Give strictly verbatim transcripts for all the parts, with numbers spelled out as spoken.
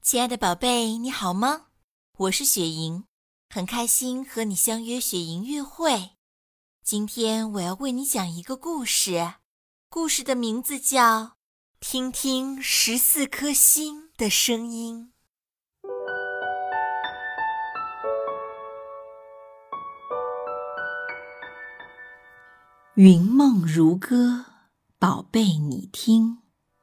亲爱的宝贝，你好吗？我是雪莹，很开心和你相约雪莹约会。今天我要为你讲一个故事，故事的名字叫《听听十四颗星的声音》。云梦如歌，宝贝你听。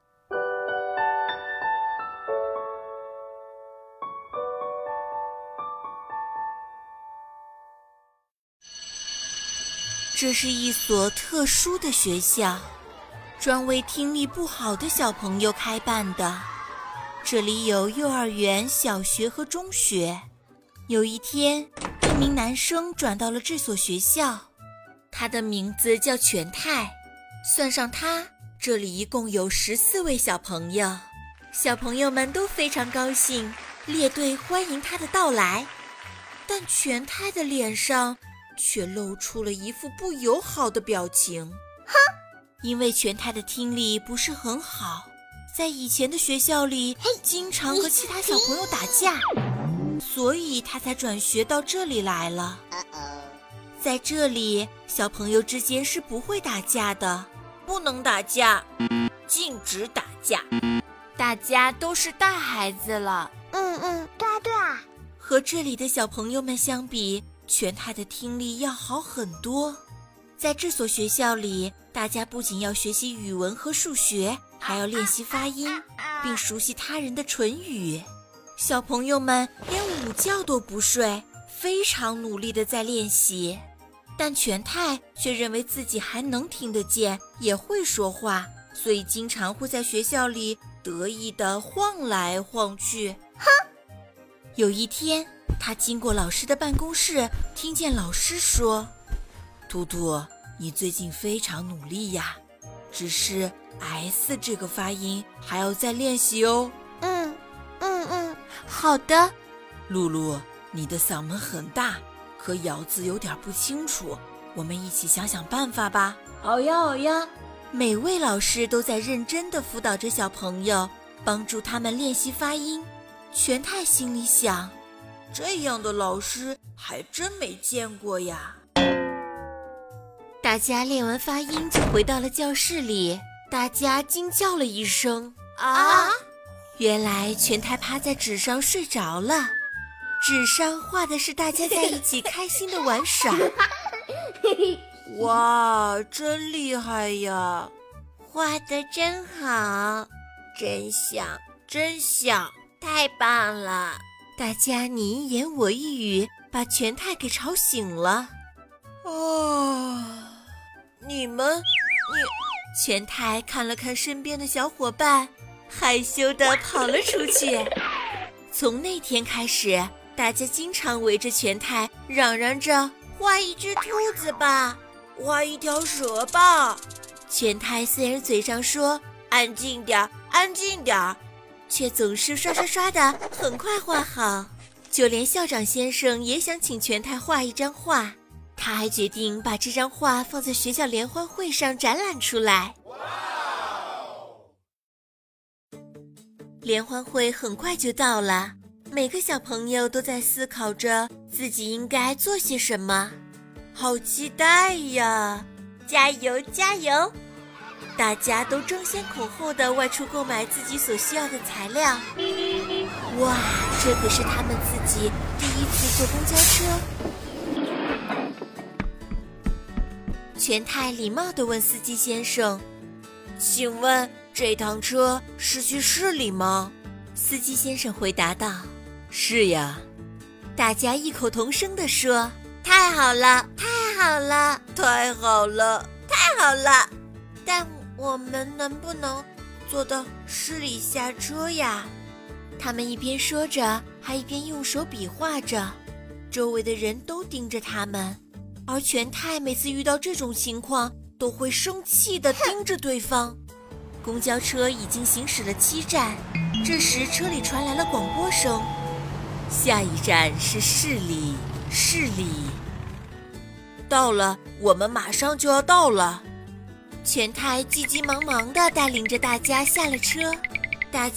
这是一所特殊的学校，专为听力不好的小朋友开办的。这里有幼儿园、小学和中学。有一天，一名男生转到了这所学校，他的名字叫全泰。算上他，这里一共有十四位小朋友。小朋友们都非常高兴，列队欢迎他的到来。但全泰的脸上却露出了一副不友好的表情。 哼！ 因为全泰的听力不是很好，在以前的学校里经常和其他小朋友打架，所以他才转学到这里来了。在这里，小朋友之间是不会打架的，不能打架，禁止打架。大家都是大孩子了。 嗯嗯，对啊对啊。 和这里的小朋友们相比，全泰的听力要好很多。在这所学校里，大家不仅要学习语文和数学，还要练习发音，并熟悉他人的唇语。小朋友们连午觉都不睡，非常努力地在练习。但全泰却认为自己还能听得见，也会说话，所以经常会在学校里得意地晃来晃去。 哼！ 有一天，他经过老师的办公室，听见老师说：“图图，你最近非常努力呀，只是 S 这个发音还要再练习哦。” 嗯嗯嗯， 好的。露露，你的嗓门很大，可咬字有点不清楚，我们一起想想办法吧。 好呀好呀。 每位老师都在认真地辅导着小朋友，帮助他们练习发音。全泰心里想，这样的老师还真没见过呀。大家练完发音就回到了教室里，大家惊叫了一声啊！ 原来全泰趴在纸上睡着了，纸上画的是大家在一起开心的玩耍。哇，真厉害呀！ 画得真好，真像真像，太棒了！ 大家你一言我一语，把全泰给吵醒了。哦，你们，你……全泰看了看身边的小伙伴，害羞地跑了出去。从那天开始，大家经常围着全泰嚷嚷着：“ 画一只兔子吧，画一条蛇吧。” 全泰虽然嘴上说安静点，安静点， 却总是刷刷刷的很快画好。就连校长先生也想请全泰画一张画，他还决定把这张画放在学校联欢会上展览出来。联欢会很快就到了，每个小朋友都在思考着自己应该做些什么，好期待呀！ 加油加油！ 大家都争先恐后地外出购买自己所需要的材料。哇，这可是他们自己第一次坐公交车。全泰礼貌地问司机先生：“ 请问这趟车是去市里吗？” 司机先生回答道：“ 是呀。” 大家异口同声地说：“ 太好了，太好了， 太好了， 太好了！但我们能不能坐到市里下车呀？” 他们一边说着，还一边用手比划着。周围的人都盯着他们，而全泰每次遇到这种情况，都会生气地盯着对方。公交车已经行驶了七站，这时车里传来了广播声：“ 下一站是市里，市里。” 到了，我们马上就要到了。 全泰急急忙忙地带领着大家下了车，大家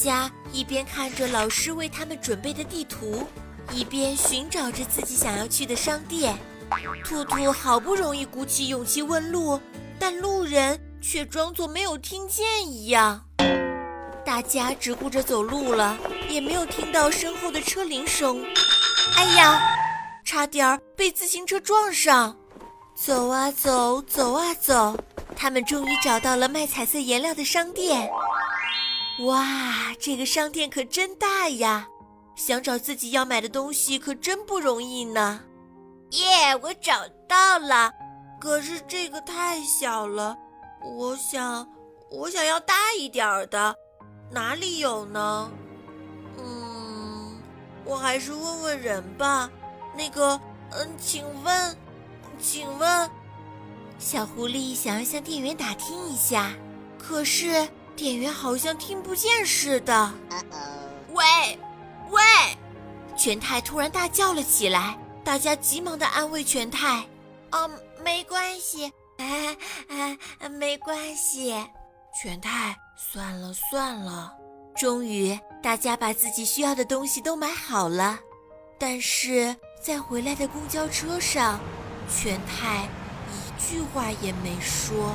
一边看着老师为他们准备的地图，一边寻找着自己想要去的商店。兔兔好不容易鼓起勇气问路，但路人却装作没有听见一样。大家只顾着走路了，也没有听到身后的车铃声。哎呀，差点被自行车撞上。走啊走，走啊走，他们终于找到了卖彩色颜料的商店。哇，这个商店可真大呀！想找自己要买的东西可真不容易呢。 耶，我找到了， 可是这个太小了，我想，我想要大一点的，哪里有呢？嗯，我还是问问人吧。那个，嗯，请问，请问，小狐狸想要向店员打听一下，可是店员好像听不见似的。 喂，喂！ 全太突然大叫了起来。大家急忙地安慰全太：“ 哦，没关系，哎哎，没关系。” 全太，算了算了。终于，大家把自己需要的东西都买好了，但是在回来的公交车上，全太一句话也没说。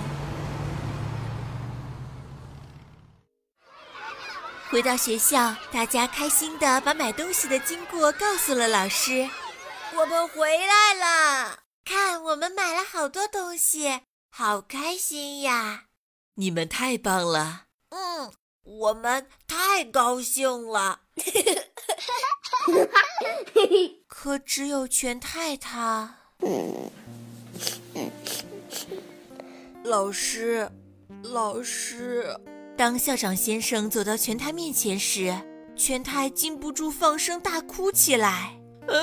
回到学校，大家开心地把买东西的经过告诉了老师。 我们回来了， 看，我们买了好多东西，好开心呀！ 你们太棒了。 嗯，我们太高兴了。 可只有全太他。老师，老师。当校长先生走到全太面前时，全太禁不住放声大哭起来。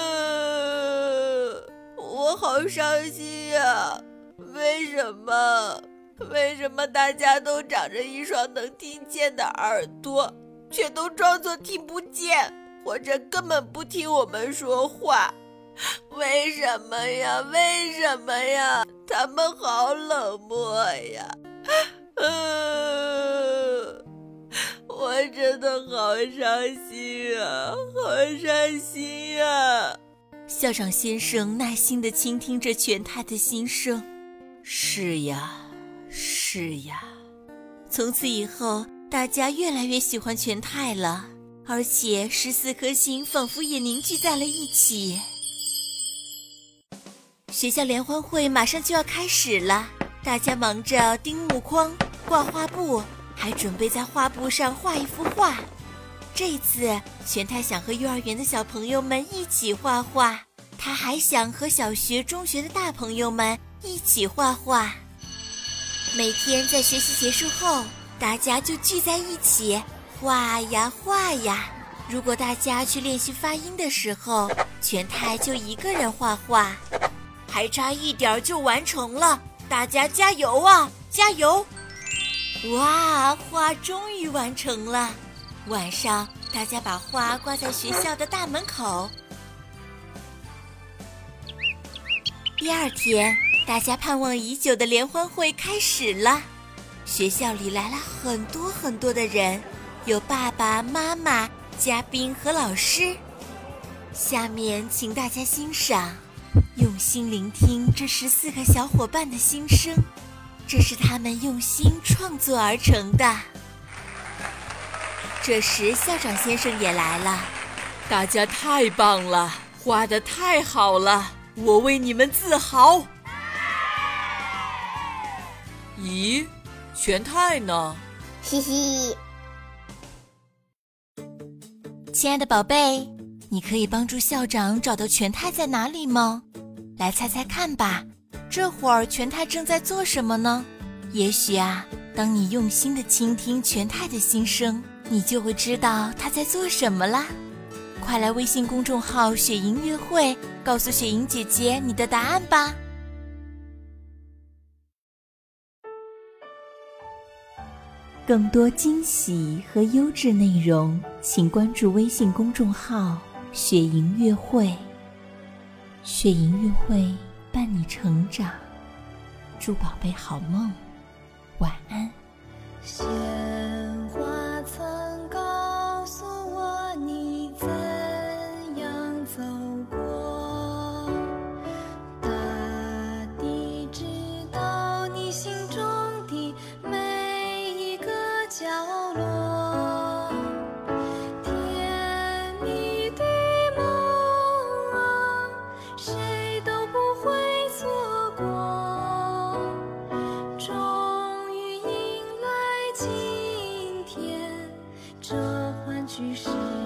呃，我好伤心呀！为什么？为什么大家都长着一双能听见的耳朵，却都装作听不见，或者根本不听我们说话？为什么呀？为什么呀？他们好冷漠呀！呃，我真的好伤心啊，好伤心啊！校长先生耐心地倾听着全太的心声。是呀，是呀。从此以后，大家越来越喜欢全太了，而且十四颗心仿佛也凝聚在了一起。学校联欢会马上就要开始了，大家忙着钉木框、挂画布，还准备在画布上画一幅画。这一次，全太想和幼儿园的小朋友们一起画画，他还想和小学、中学的大朋友们一起画画。每天在学习结束后，大家就聚在一起画呀画呀。如果大家去练习发音的时候，全太就一个人画画。还差一点就完成了，大家加油啊，加油！哇，画终于完成了。晚上，大家把画挂在学校的大门口。第二天，大家盼望已久的联欢会开始了。学校里来了很多很多的人，有爸爸妈妈、嘉宾和老师。下面请大家欣赏，用心聆听这十四个小伙伴的心声，这是他们用心创作而成的。这时校长先生也来了。 大家太棒了，画得太好了，我为你们自豪。咦，全太呢？ 嘻嘻。 亲爱的宝贝，你可以帮助校长找到全太在哪里吗？来猜猜看吧，这会儿全太正在做什么呢？也许啊，当你用心地倾听全太的心声，你就会知道他在做什么啦。快来微信公众号雪莹约会，告诉雪莹姐姐你的答案吧。更多惊喜和优质内容，请关注微信公众号雪莹约会。雪莹约会伴你成长，祝宝贝好梦，晚安。 鲜花曾告诉许是